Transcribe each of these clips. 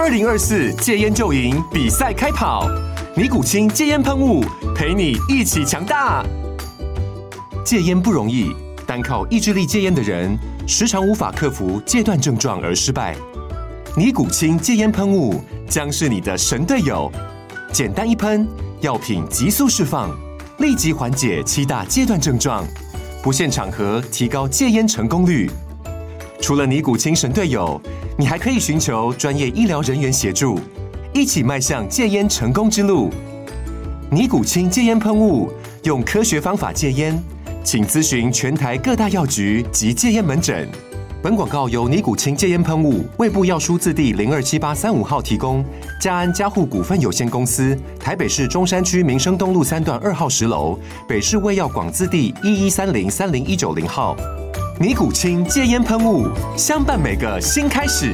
2024戒烟就赢比赛开跑，尼古清戒烟喷雾陪你一起强大。戒烟不容易，单靠意志力戒烟的人，时常无法克服戒断症状而失败。尼古清戒烟喷雾将是你的神队友，简单一喷，药品急速释放，立即缓解7大戒断症状，不限场合提高戒烟成功率。除了尼古清神队友，你还可以寻求专业医疗人员协助，一起迈向戒烟成功之路。尼古清戒烟喷雾，用科学方法戒烟，请咨询全台各大药局及戒烟门诊。本广告由尼古清戒烟喷雾、卫部药书字第027835号提供，嘉安嘉护股份有限公司，台北市中山区民生东路3段2号10楼，北市卫药广字第1130-30190号。尼古清戒烟喷雾，相伴每个新开始。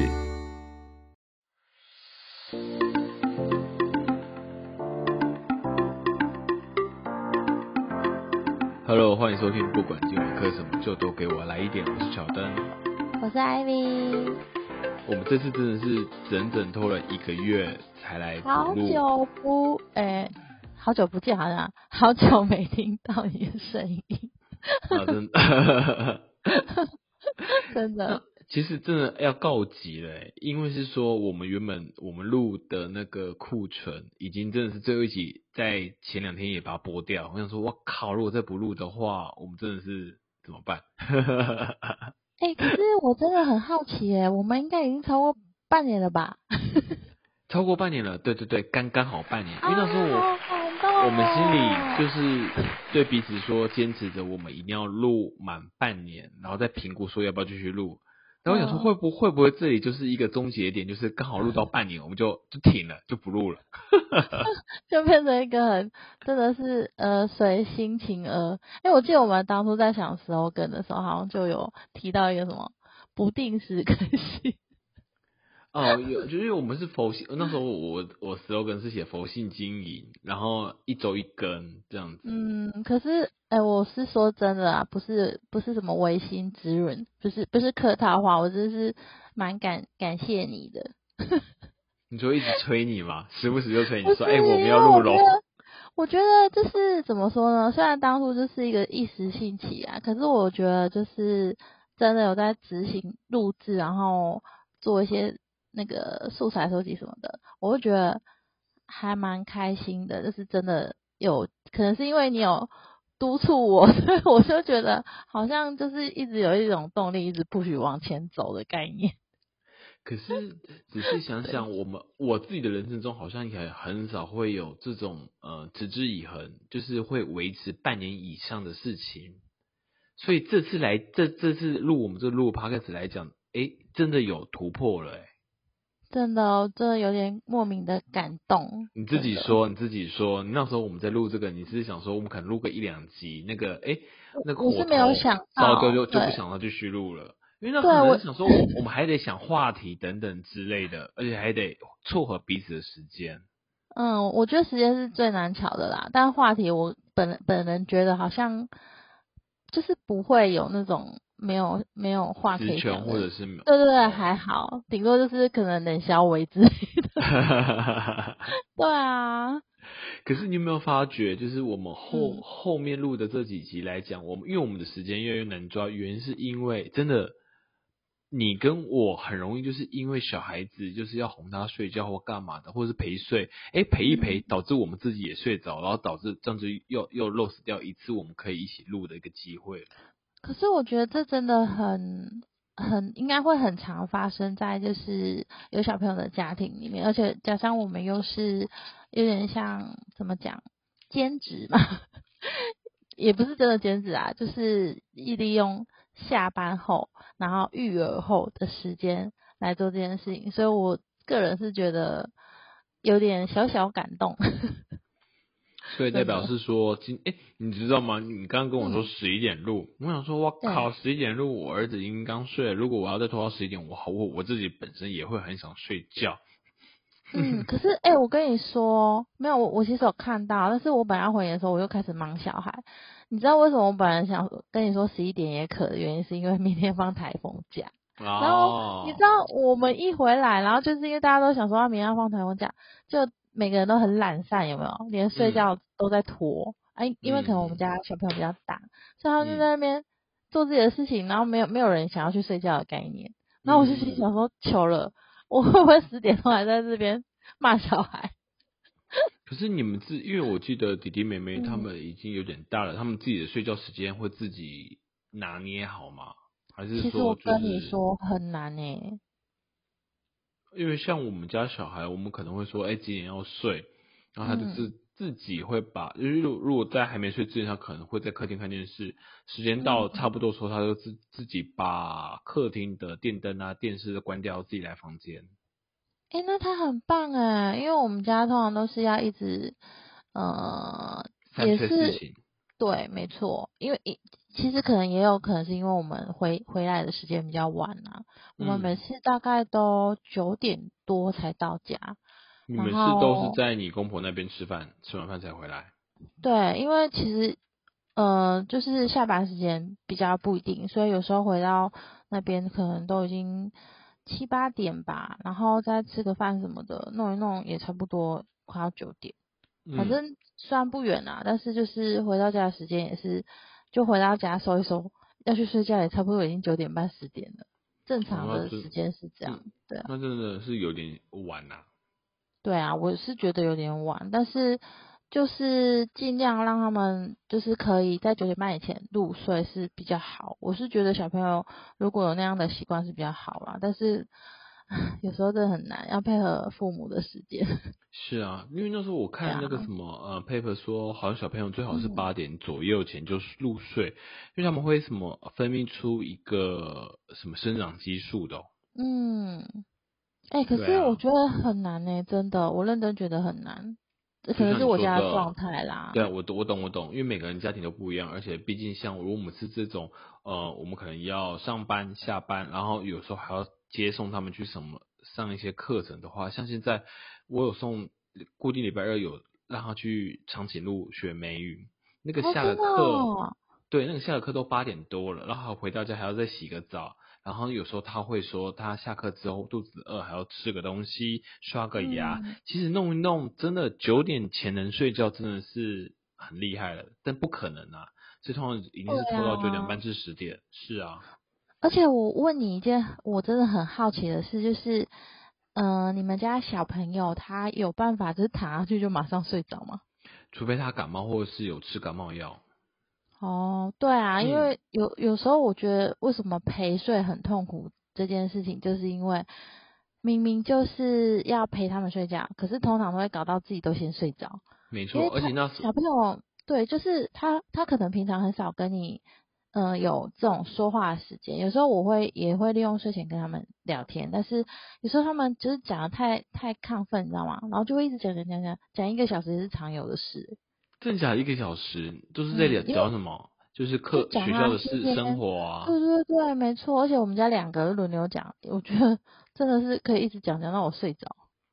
Hello， 欢迎收听，不管今晚喝什么，就都给我来一点。我是小灯， 我是 Ivy。 我们这次真的是整整拖了1个月才来补录， 好久不见，好像好久没听到你的声音。 真的。 真的， 其实真的要告急了，因为是说我们原本录的那个库存已经真的是最后一集，在前2天也把它播掉。我想说，哇靠！如果再不录的话，我们真的是怎么办？ 可是我真的很好奇我们应该已经超过半年了吧？ 超过半年了，对，刚好半年。因为那时候我们心里就是对彼此说，坚持着我们一定要录满半年，然后再评估说要不要继续录。然后我想说会不会这里就是一个终结点，就是刚好录到半年，我们就停了，就不录了， 就变成一个很真的是随心情而。我记得我们当初在想slogan的时候，好像就有提到一个什么不定时更新。 有，就是我们是佛系，那时候我 slogan 是写佛系经营，然后1周1更这样子。 可是我是说真的啊，不是什么违心之论，不是客套话，我真是蛮感谢你的。 你就一直催你嘛，时不时就催你说，我们要录咯。 我觉得就是怎么说呢？虽然当初就是一个一时兴起啊，可是我觉得就是真的有在执行录制，然后做一些那个素材收集什么的，我会觉得还蛮开心的。就是真的有可能是因为你有督促我，所以我就觉得好像就是一直有一种动力，一直push往前走的概念。 可是仔细想想，我自己的人生中好像也很少会有这种持之以恒，就是会维持半年以上的事情。所以这次录我们这录 podcast 来讲，真的有突破了真的有点莫名的感动。 你自己说，你那时候我们在录这个，你是想说我们可能录个1-2集，那个我是没有想到， 就不想要继续录了，因为那时候我想说我们还得想话题等等之类的，而且还得撮合彼此的时间。 我觉得时间是最难巧的啦，但话题我本人觉得好像就是不会有那种没有话可以讲的， 或者是对，还好，顶多就是可能冷消微之类的。对啊。 可是你有没有发觉，就是我们后面录的这几集来讲，因为我们的时间越来越难抓，原因是因为真的你跟我很容易就是因为小孩子就是要哄他睡觉或干嘛的，或者是陪睡，陪一陪导致我们自己也睡着，然后导致这样子又 lost 掉一次我们可以一起录的一个机会。 可是我觉得这真的很应该会很常发生在就是有小朋友的家庭里面，而且加上我们又是有点像怎么讲兼职嘛，也不是真的兼职啊，就是利用下班后然后育儿后的时间来做这件事情，所以我个人是觉得有点小小感动。 所以代表是说你知道吗？你刚刚跟我说11点录，我想说哇靠，11点录我儿子已经刚睡了，如果我要再拖到11点，我自己本身也会很想睡觉。 可是我跟你说，没有，我其实有看到，但是我本来回你的时候我又开始忙小孩。你知道为什么我本来想跟你说11点也可的原因，是因为明天放台风假。 然后你知道我们一回来，然后就是因为大家都想说明天要放台风假，就每个人都很懒散，有没有？连睡觉都在拖。因为可能我们家小朋友比较大，所以他们就在那边做自己的事情，然后没有人想要去睡觉的概念。然后我就心想说，糗了，我会不会10点钟还在这边骂小孩？ 可是你们因为我记得弟弟妹妹他们已经有点大了，他们自己的睡觉时间会自己拿捏好吗？还是说、就是、 其实我跟你说很难欸。 因为像我们家小孩，我们可能会说，几点要睡，然后他就是自己会把，如果在还没睡之前，他可能会在客厅看电视，时间到了差不多的时候，他就自己把客厅的电灯啊、电视都关掉，自己来房间。 那他很棒因为我们家通常都是要一直，也是对，没错，因为其实可能也有可能是因为我们回来的时间比较晚啊，我们每次大概都9点多才到家。 你们都是在你公婆那边吃完饭才回来？ 对，因为其实就是下班时间比较不一定，所以有时候回到那边可能都已经7、8点吧，然后再吃个饭什么的，弄一弄也差不多快要9点。反正虽然不远啊，但是就是回到家的时间也是，就回到家收一收，要去睡觉也差不多已经9点半10点了。正常的时间是这样，对啊。 那真的是有点晚啊。 对啊，我是觉得有点晚，但是就是尽量让他们就是可以在9点半以前入睡是比较好。我是觉得小朋友如果有那样的习惯是比较好啦，但是有时候真的很难，要配合父母的时间。 是啊，因为那时候我看那个什么paper 说，好像小朋友最好是8点左右前就入睡，因为他们会什么分泌出一个什么生长激素的。 可是我觉得很难真的，我认真觉得很难。可能是我家的状态啦。 对，我懂，因为每个人家庭都不一样，而且毕竟像如果我们是这种我们可能要上班下班，然后有时候还要接送他们去上一些课程的话，像现在我有固定礼拜2有让他去长颈鹿学美语，那个下了课，对，那个下了课都8点多了，然后回到家还要再洗个澡。然后有时候他会说，他下课之后肚子饿，还要吃个东西，刷个牙。其实弄一弄，真的9点前能睡觉，真的是很厉害了。但不可能啊，所以通常一定是拖到9点半至10点。是啊。 而且我问你一件我真的很好奇的事，就是你们家小朋友他有办法就是躺下去就马上睡着吗？ 除非他感冒或者是有吃感冒药。 对啊，因为有时候我觉得为什么陪睡很痛苦这件事情，就是因为明明就是要陪他们睡觉，可是通常都会搞到自己都先睡着。 没错，而且那小朋友对，就是他可能平常很少跟你有这种说话的时间，有时候也会利用睡前跟他们聊天，但是有时候他们就是讲的太亢奋，你知道吗？然后就会一直讲1个小时也是常有的事。 真假1个小时都是在聊什么？就是学校的事、生活啊。 对，没错。而且我们家2个轮流讲，我觉得真的是可以一直讲到我睡着。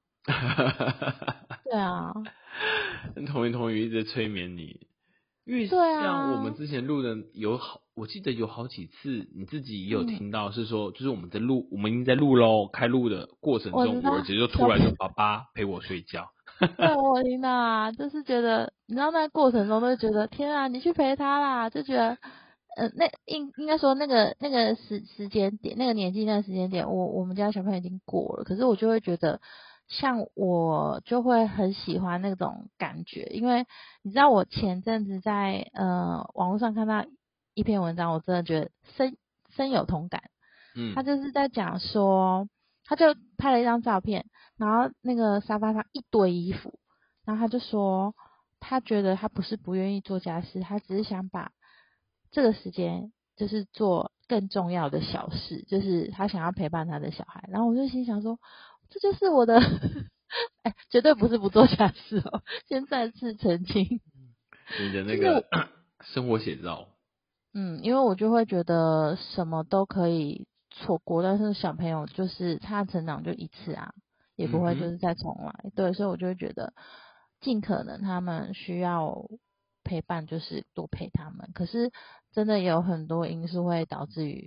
对啊。 同一直在催眠你，因为像我们之前录的我记得有好几次你自己也有听到是说，就是我们已经在录咯，开录的过程中，我儿子就突然就爸爸陪我睡觉。 对，我听到啊，就是觉得你知道那过程中都觉得天啊，你去陪他啦，就觉得那应该说那个时间点，那个年纪那个时间点，我们家小朋友已经过了，可是我就会觉得像我就会很喜欢那种感觉，因为你知道我前阵子在网络上看到一篇文章，我真的觉得深有同感。他就是在讲说，他就拍了一张照片，然后那个沙发上一堆衣服，然后他就说他觉得他不是不愿意做家事，他只是想把这个时间就是做更重要的小事，就是他想要陪伴他的小孩。然后我就心想说，这就是我的绝对不是不做家事哦，先再次澄清你的那个生活写照。 因为我就会觉得什么都可以错过，但是小朋友就是他的成长就一次啊，也不会就是再重来。对，所以我就会觉得尽可能他们需要陪伴，就是多陪他们。可是真的也有很多因素会导致于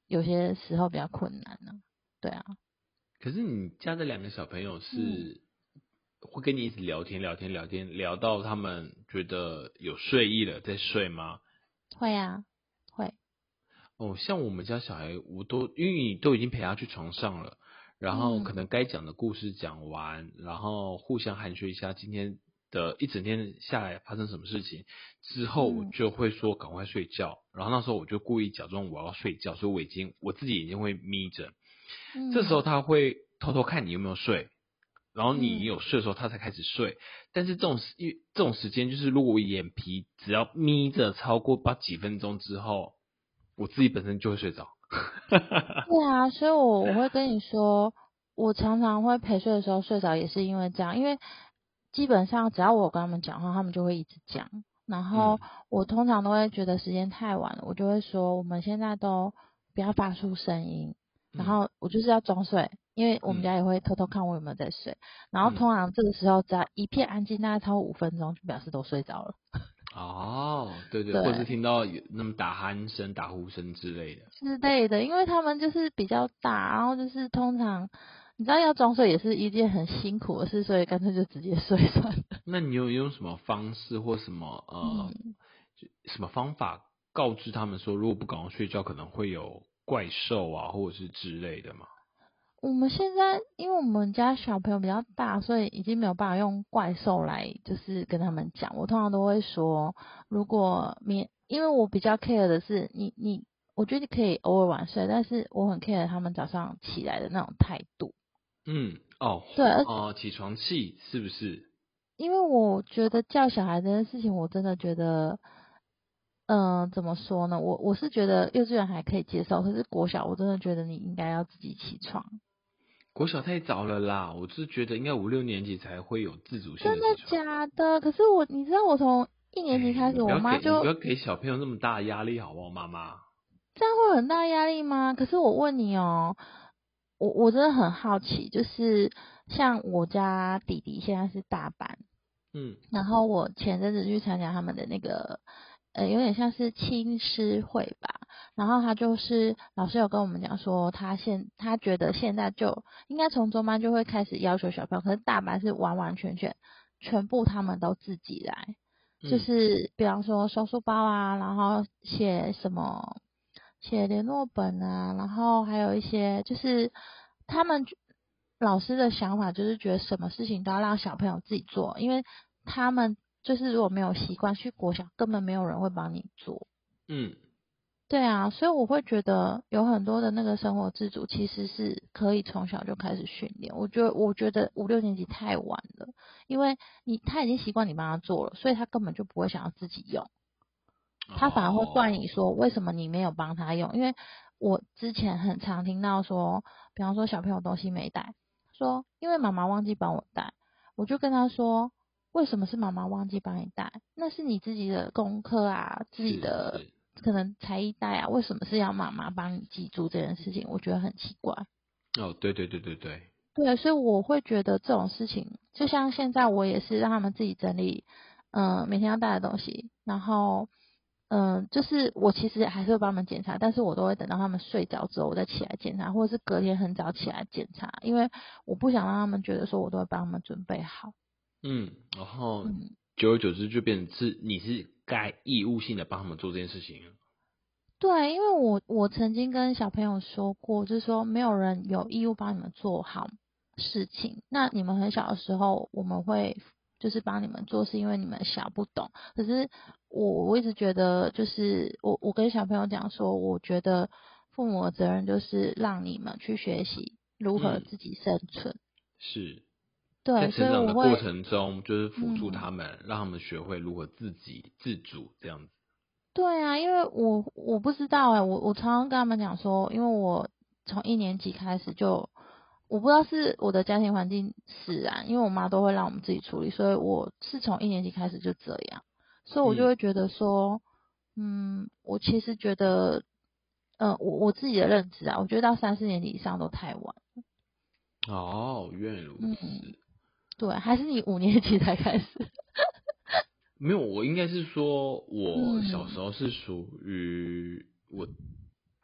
有些时候比较困难呢。对啊。 可是你家的2个小朋友是会跟你一直聊天聊到他们觉得有睡意了再睡吗？ 会啊，会。 像我们家小孩，因为你都已经陪他去床上了，然后可能该讲的故事讲完，然后互相寒暄一下今天的一整天下来发生什么事情之后，我就会说赶快睡觉。然后那时候我就故意假装我要睡觉，所以我自己已经会眯着。这时候他会偷偷看你有没有睡，然后你有睡的时候他才开始睡。但是这种时间就是如果我眼皮只要眯着超过几分钟之后，我自己本身就会睡着。 对啊，所以我会跟你说，我常常会陪睡的时候睡着，也是因为这样。因为基本上只要我跟他们讲话，他们就会一直讲。然后我通常都会觉得时间太晚了，我就会说我们现在都不要发出声音，然后我就是要装睡，因为我们家也会偷偷看我有没有在睡。然后通常这个时候只要一片安静，大概超过5分钟，就表示都睡着了。 对，或者是听到有那么打鼾声、打呼声之类的， 因为他们就是比较大，然后就是通常你知道要装睡也是一件很辛苦的事，所以干脆就直接睡算了。 那你有用什么方式或什么什么方法告知他们说，如果不赶快睡觉，可能会有怪兽啊，或者是之类的吗？ 我们现在因为我们家小朋友比较大，所以已经没有办法用怪兽来就是跟他们讲。我通常都会说，如果因为我比较 care 的是我觉得你可以偶尔晚睡，但是我很 care 他们早上起来的那种态度。 对，起床气是不是？ 因为我觉得叫小孩这件事情，我真的觉得，怎么说呢？我是觉得幼稚园还可以接受，可是国小我真的觉得你应该要自己起床。 国小太早了啦，我是觉得应该5、6年级才会有自主性的起床。真的假的？可是你知道我从1年级开始，我妈就不要给小朋友那么大的压力好不好，妈妈？ 这样会很大压力吗？可是我问你哦，我真的很好奇，就是像我家弟弟现在是大班，然后我前阵子去参加他们的那个有点像是亲师会吧，然后他就是老师有跟我们讲说，他觉得现在就应该从中班就会开始要求小朋友，可是大班是完完全全部他们都自己来，就是比方说收书包啊，然后写联络本啊，然后还有一些就是他们老师的想法就是觉得什么事情都要让小朋友自己做，因为他们就是如果没有习惯去国小，根本没有人会帮你做。对啊，所以我会觉得有很多的那个生活自主其实是可以从小就开始训练。我觉得5、6年级太晚了，因为他已经习惯你帮他做了，所以他根本就不会想要自己用。他反而会怪你说为什么你没有帮他用，因为我之前很常听到说，比方说小朋友东西没带，说因为妈妈忘记帮我带，我就跟他说为什么是妈妈忘记帮你带？那是你自己的功课啊，自己的可能才艺带啊，为什么是要妈妈帮你记住这件事情？我觉得很奇怪。 对， 对，所以我会觉得这种事情，就像现在我也是让他们自己整理每天要带的东西，然后就是我其实还是会帮他们检查，但是我都会等到他们睡着之后我再起来检查，或者是隔天很早起来检查，因为我不想让他们觉得说我都会帮他们准备好。 然后久而久之就变成是你是该义务性的帮他们做这件事情。 对，因为我曾经跟小朋友说过，就是说没有人有义务帮你们做好事情。那你们很小的时候，我们会就是帮你们做，是因为你们小不懂。可是我一直觉得，就是我跟小朋友讲说，我觉得父母的责任就是让你们去学习如何自己生存。 是。 对， 在成长的过程中，就是辅助他们，让他们学会如何自给自足这样子。 对啊，因为我不知道我常常跟他们讲说，因为我从1年级开始我不知道是我的家庭环境使然，因为我妈都会让我们自己处理，所以我是从1年级开始就这样，所以我就会觉得说，我其实觉得，我自己的认知啊，我觉得到3、4年级以上都太晚了。 原来如此。 对，还是你5年级才开始？ 没有，我应该是说，我小时候是属于我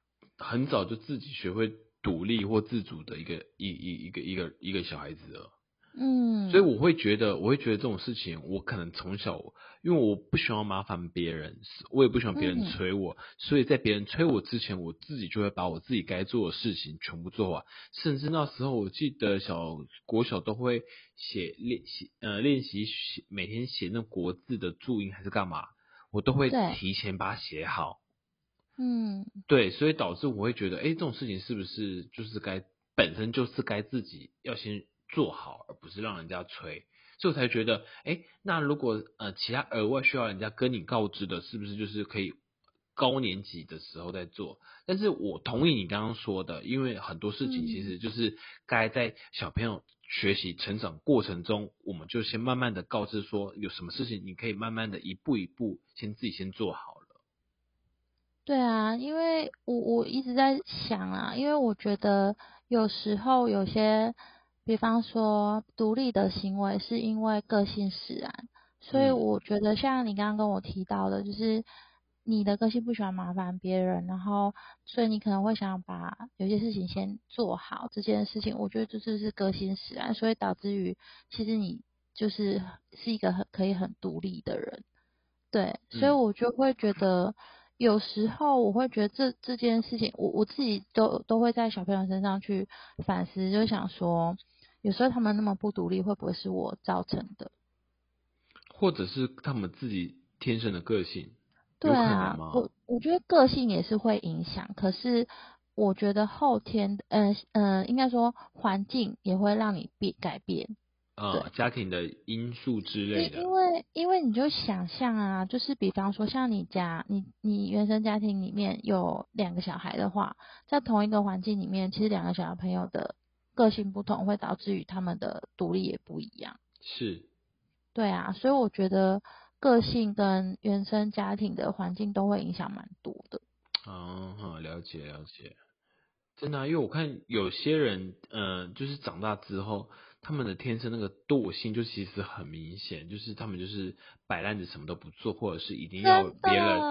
很早就自己学会独立或自主的一个小孩子了。所以我会觉得这种事情，我可能从小，因为我不喜欢麻烦别人，我也不喜欢别人催我，所以在别人催我之前，我自己就会把我自己该做的事情全部做完。甚至那时候，我记得国小都会练习每天写那国字的注音还是干嘛，我都会提前把它写好。对，所以导致我会觉得，这种事情是不是就是本身就是该自己要先做好，而不是让人家催，所以我才觉得，那如果其他额外需要人家跟你告知的，是不是就是可以高年级的时候再做？但是我同意你刚刚说的，因为很多事情其实就是该在小朋友学习成长过程中，我们就先慢慢的告知说，有什么事情你可以慢慢的一步一步自己先做好了。 对啊，因为我一直在想啊，因为我觉得有时候有些，比方说独立的行为是因为个性使然，所以我觉得像你刚刚跟我提到的，就是你的个性不喜欢麻烦别人，然后所以你可能会想把有些事情先做好，这件事情我觉得这就是个性使然，所以导致于其实你是一个可以很独立的人。对，所以我就会觉得，有时候我会觉得这件事情，我自己都会在小朋友身上去反思，就想说，有时候他们那么不独立，会不会是我造成的？ 或者是他们自己天生的个性？ 对啊，我觉得个性也是会影响，可是我觉得后天，应该说环境也会让你改变。 家庭的因素之类的。 因为你就想象啊，就是比方说像你家，你原生家庭里面有2个小孩的话，在同一个环境里面，其实2个小朋友的个性不同，会导致于他们的独立也不一样。 是。 对啊，所以我觉得个性跟原生家庭的环境都会影响蛮多的。 了解。真的因为我看有些人，就是长大之后，他们的天生那个惰性就其实很明显，就是他们就是摆烂着什么都不做，或者是一定要别人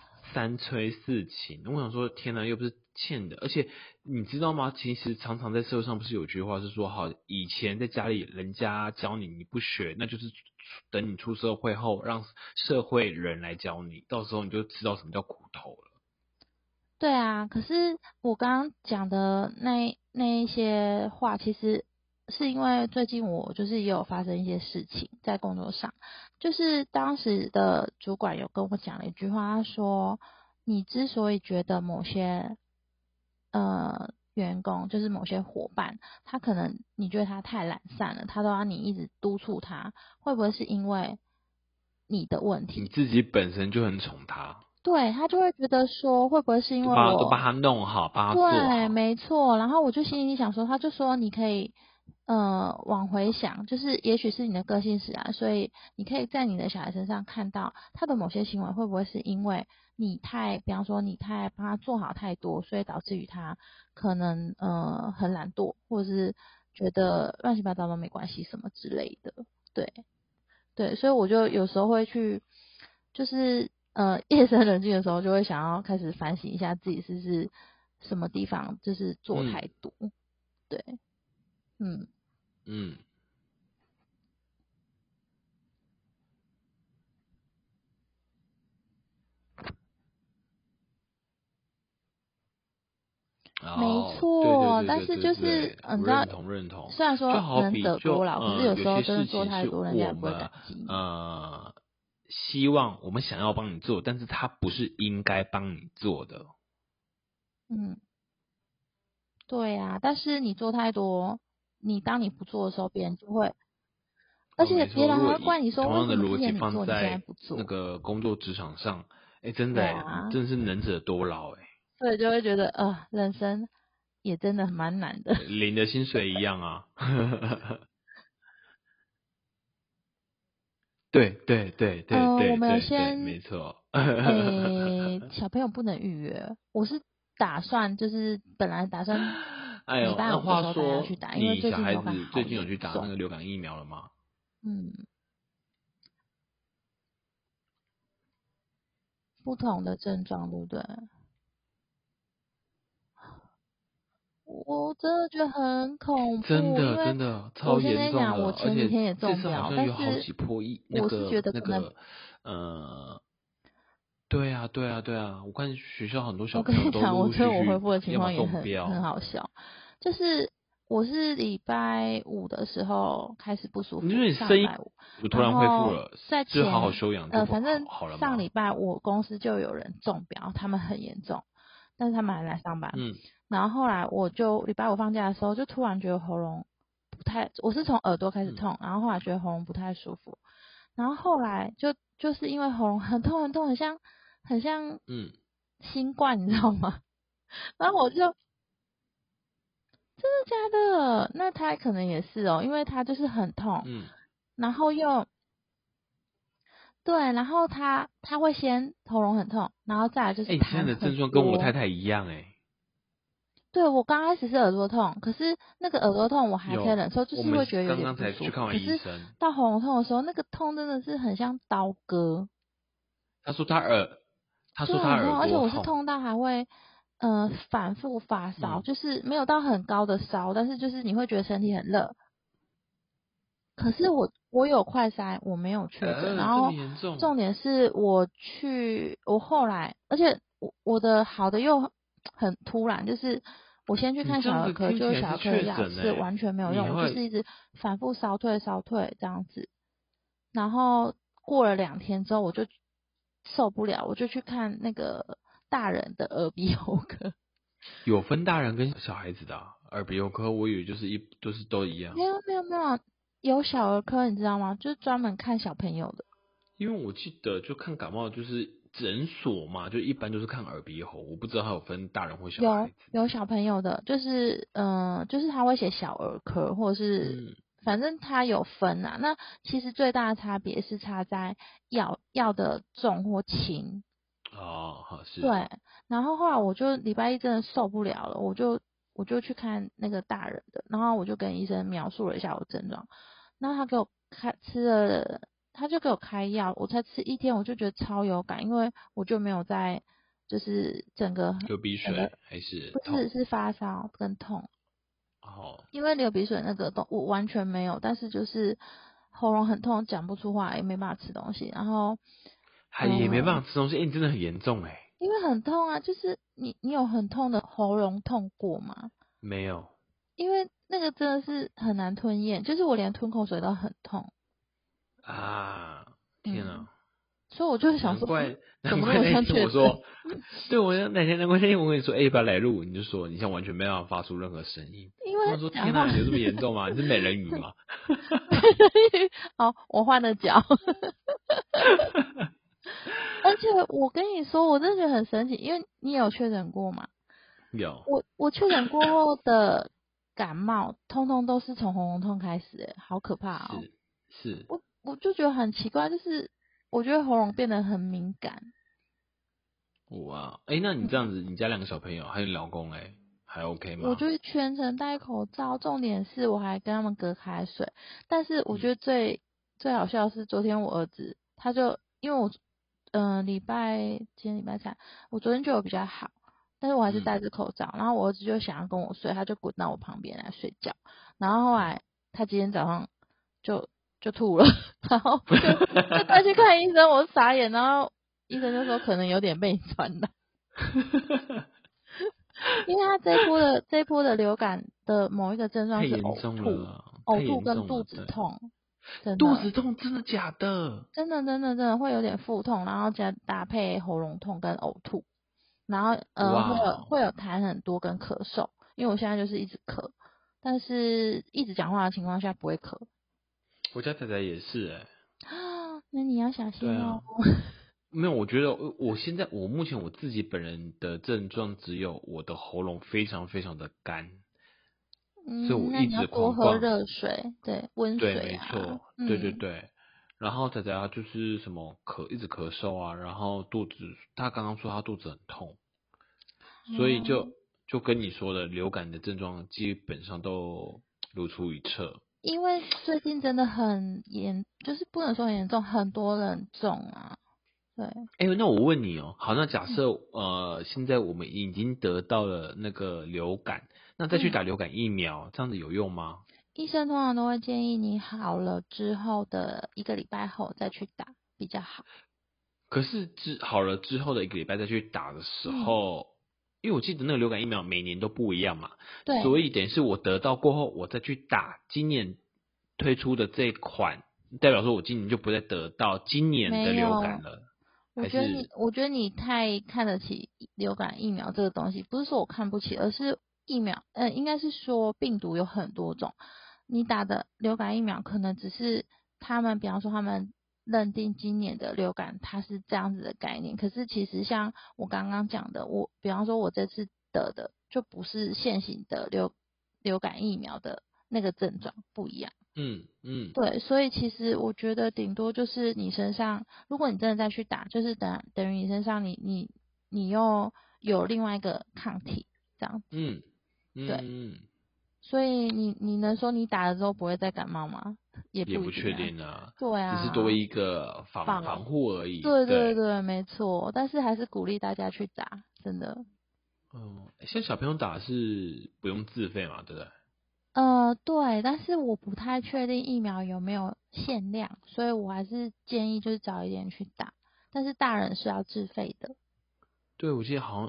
3催4请。我想说，天哪，又不是欠的，而且你知道吗？其实常常在社会上不是有句话是说，好，以前在家里人家教你，你不学，那就是等你出社会后，让社会人来教你，到时候你就知道什么叫苦头了。 对啊，可是我刚刚讲的那一些话，其实是因为最近我就是也有发生一些事情在工作上，就是当时的主管有跟我讲了一句话，他说你之所以觉得某些员工就是某些伙伴，他可能你觉得他太懒散了，他都要你一直督促他，会不会是因为你的问题？ 你自己本身就很宠他。 对，他就会觉得说，会不会是因为都把他弄好，帮他做好。 对，没错。然后我就心里想说，他就说你可以往回想，就是也许是你的个性使然，所以你可以在你的小孩身上看到他的某些行为，会不会是因为比方说你太帮他做好太多，所以导致于他可能很懒惰，或者是觉得乱七八糟都没关系什么之类的。对，所以我就有时候会去，就是夜深人静的时候，就会想要开始反省一下自己是不是什么地方就是做太多。对，没错， 对， 但是就是你知道， 认同。 虽然说能者多劳，可是有时候真的做太多，人家也不会感激你。 希望我们想要帮你做，但是他不是应该帮你做的。 对啊，但是你做太多，当你不做的时候，别人就会，而且别人还会怪你说，为什么之前你做，你现在不做？ 那个工作职场上，真的真的是能者多劳所以就会觉得人生也真的蛮难的， 领的薪水一样啊。对， 我们有先没错。 小朋友不能预约，我是打算本来打算礼拜5的时候带他去打，因为最近流感好最近有去打那个流感疫苗了吗？ 不同的症状对不对？ 我真的觉得很恐怖， 真因为的真的超我先跟严重你讲，我的，而且前几天也这次好中标，但像有好是几波我是觉得可能， 对啊对啊对啊，我看学校很多小我朋友都跟你讲，我觉得陆陆续续我恢复的情要么况也很中标， 好笑，就是我是礼拜五的时候开始不舒服， 你说你声音上礼拜五，然突然恢复后了， 在就是好好前休养就反正好了吗？ 上礼拜我公司就有人中标，他们很严重，但是他们还来上班。然后后来我就礼拜五放假的时候，就突然觉得喉咙不太，我是从耳朵开始痛，然后后来觉得喉咙不太舒服，然后后来就是因为喉咙很痛很痛，很像新冠，你知道吗？然后我就真的假的？那他可能也是哦，因为他就是很痛，然后又对，然后他会先喉咙很痛，然后再来就是你现在的症状跟我太太一样对，我刚开始是耳朵痛，可是那个耳朵痛我还可以忍受，就是会觉得有点不舒服。 刚刚才去看完医生， 可是到喉咙痛的时候，那个痛真的是很像刀割。 他说他耳朵痛， 而且我是痛到还会反复发烧，就是没有到很高的烧，但是就是你会觉得身体很热。可是我有快筛，我没有确诊，然后重点是我后来，而且我的好的又很突然，就是我先去看小儿科，就是小儿科的药是完全没有用，我就是一直反复烧退这样子，然后过了2天之后我就受不了，我就去看那个大人的耳鼻喉科。 有分大人跟小孩子的耳鼻喉科，我以为就是都一样。 没有，有小儿科你知道吗？就是专门看小朋友的。 因为我记得就看感冒就是诊所嘛，就一般都是看耳鼻喉，我不知道它有分大人或小孩子。 有小朋友的，就是就是他会写小儿科，或者是反正他有分啊。那其实最大的差别是差在药的重或轻。 好是。 对，然后后来我就礼拜一真的受不了了，我就去看那个大人的，然后我就跟医生描述了一下我的症状，然后他给我他就给我开药，我才吃1天我就觉得超有感，因为我就没有在就是整个流鼻水还是不是发烧跟痛。因为流鼻水那个我完全没有，但是就是喉咙很痛，讲不出话，也没办法吃东西，然后也没办法吃东西。你真的很严重因为很痛啊，就是你有很痛的喉咙痛过吗？ 没有。 因为那个真的是很难吞咽，就是我连吞口水都很痛天啊！ 所以我就是想说， 难怪那天我说，对，我那天我跟你说，要不要来录？你就说你现在完全没办法发出任何声音。 因为我说天哪，有这么严重吗？你是美人鱼吗？ 好，我换了脚。而且我跟你说，我真的觉得很神奇，因为你有确诊过吗？ 有。 我确诊过后的感冒，通通都是从喉咙痛开始，好可怕哦。 是。 我就觉得很奇怪，就是我觉得喉咙变得很敏感。 哇，那你这样子，你家2个小朋友还有老公还 OK 吗？ 我就是全程戴口罩，重点是我还跟他们隔开水。但是我觉得最好笑的是昨天我儿子，他就因为我今天礼拜3，我昨天就有比较好，但是我还是戴着口罩。然后我儿子就想要跟我睡，他就滚到我旁边来睡觉。然后后来他今天早上就吐了，然后就带去看医生，我傻眼。然后医生就说可能有点被你传染。因为他这一波的流感的某一个症状是呕吐跟肚子痛。 肚子痛真的假的？ 真的会有点腹痛，然后再搭配喉咙痛跟呕吐，然后会有痰很多跟咳嗽。因为我现在就是一直咳，但是一直讲话的情况下不会咳。 我家仔仔也是那你要小心哦。 没有，我觉得我目前我自己本人的症状只有我的喉咙非常非常的干。所以我一直多喝热水，对，温水对，没错，对。然后仔仔就是什么一直咳嗽啊，然后他刚刚说他肚子很痛，所以就跟你说的流感的症状基本上都如出一辙。 因为最近真的很就是不能说很严重，很多人中啊。对。 那我问你好，那假设现在我们已经得到了那个流感， 那再去打流感疫苗，这样子有用吗？ 医生通常都会建议你好了之后的1个礼拜后再去打比较好。 可是好了之后的1个礼拜再去打的时候，因为我记得那个流感疫苗每年都不一样嘛， 对， 所以等于是我得到过后，我再去打今年推出的这一款，代表说我今年就不再得到今年的流感了。 我觉得你太看得起流感疫苗这个东西，不是说我看不起，而是疫苗，应该是说病毒有很多种，你打的流感疫苗可能只是他们，比方说他们认定今年的流感它是这样子的概念，可是其实像我刚刚讲的，比方说我这次得的就不是现行的流感疫苗的那个症状不一样。对，所以其实我觉得顶多就是你身上，如果你真的再去打，就是等于你身上你又有另外一个抗体这样子。对。所以你能说你打了之后不会再感冒吗？也不确定啊。对啊， 只是多一个防护而已。 对，没错。但是还是鼓励大家去打，真的。 像小朋友打是不用自费嘛，对不对？ 对，但是我不太确定疫苗有没有限量，所以我还是建议就是早一点去打。但是大人是要自费的。 对，我记得好像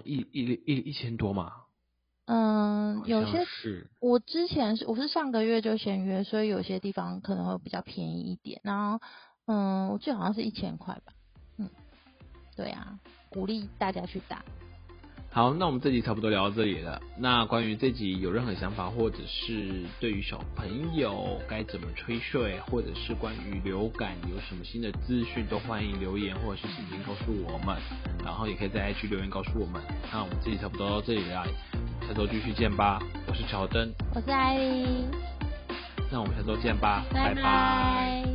1000多嘛。 有些是我之前我是上个月就先约，所以有些地方可能会比较便宜一点。然后我记得好像是1000块吧。对啊，鼓励大家去打。 好，那我们这集差不多聊到这里了。那关于这集有任何想法，或者是对于小朋友该怎么吹睡，或者是关于流感有什么新的资讯，都欢迎留言或者是写信告诉我们，然后也可以在 IG 留言告诉我们。那我们这集差不多到这里了，下周继续见吧。我是乔登， 我是艾莉， 那我们下周见吧，拜拜。